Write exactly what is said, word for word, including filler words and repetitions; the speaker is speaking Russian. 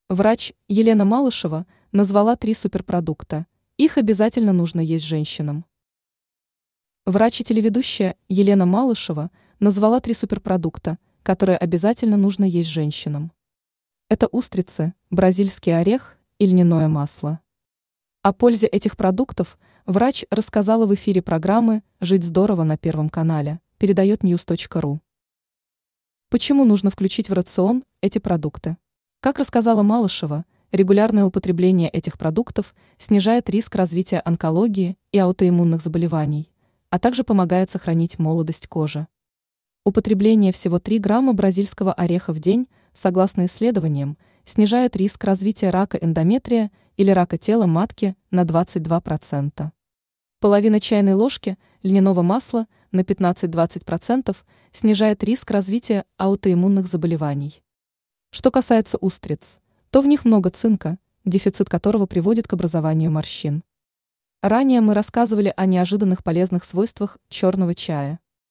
Врач Елена Малышева назвала три суперпродукта. Их обязательно нужно есть женщинам. Врач и телеведущая Елена Малышева назвала три суперпродукта, которые обязательно нужно есть женщинам. Это устрицы, бразильский орех и льняное масло. О пользе этих продуктов врач рассказала в эфире программы «Жить здорово» на Первом канале, передает ньюс точка ру. Почему нужно включить в рацион эти продукты? Как рассказала Малышева, регулярное употребление этих продуктов снижает риск развития онкологии и аутоиммунных заболеваний, а также помогает сохранить молодость кожи. Употребление всего три грамма бразильского ореха в день, согласно исследованиям, снижает риск развития рака эндометрия или рака тела матки на двадцать два процента. Половина чайной ложки льняного масла на пятнадцать-двадцать процентов снижает риск развития аутоиммунных заболеваний. Что касается устриц, то в них много цинка, дефицит которого приводит к образованию морщин. Ранее мы рассказывали о неожиданных полезных свойствах черного чая.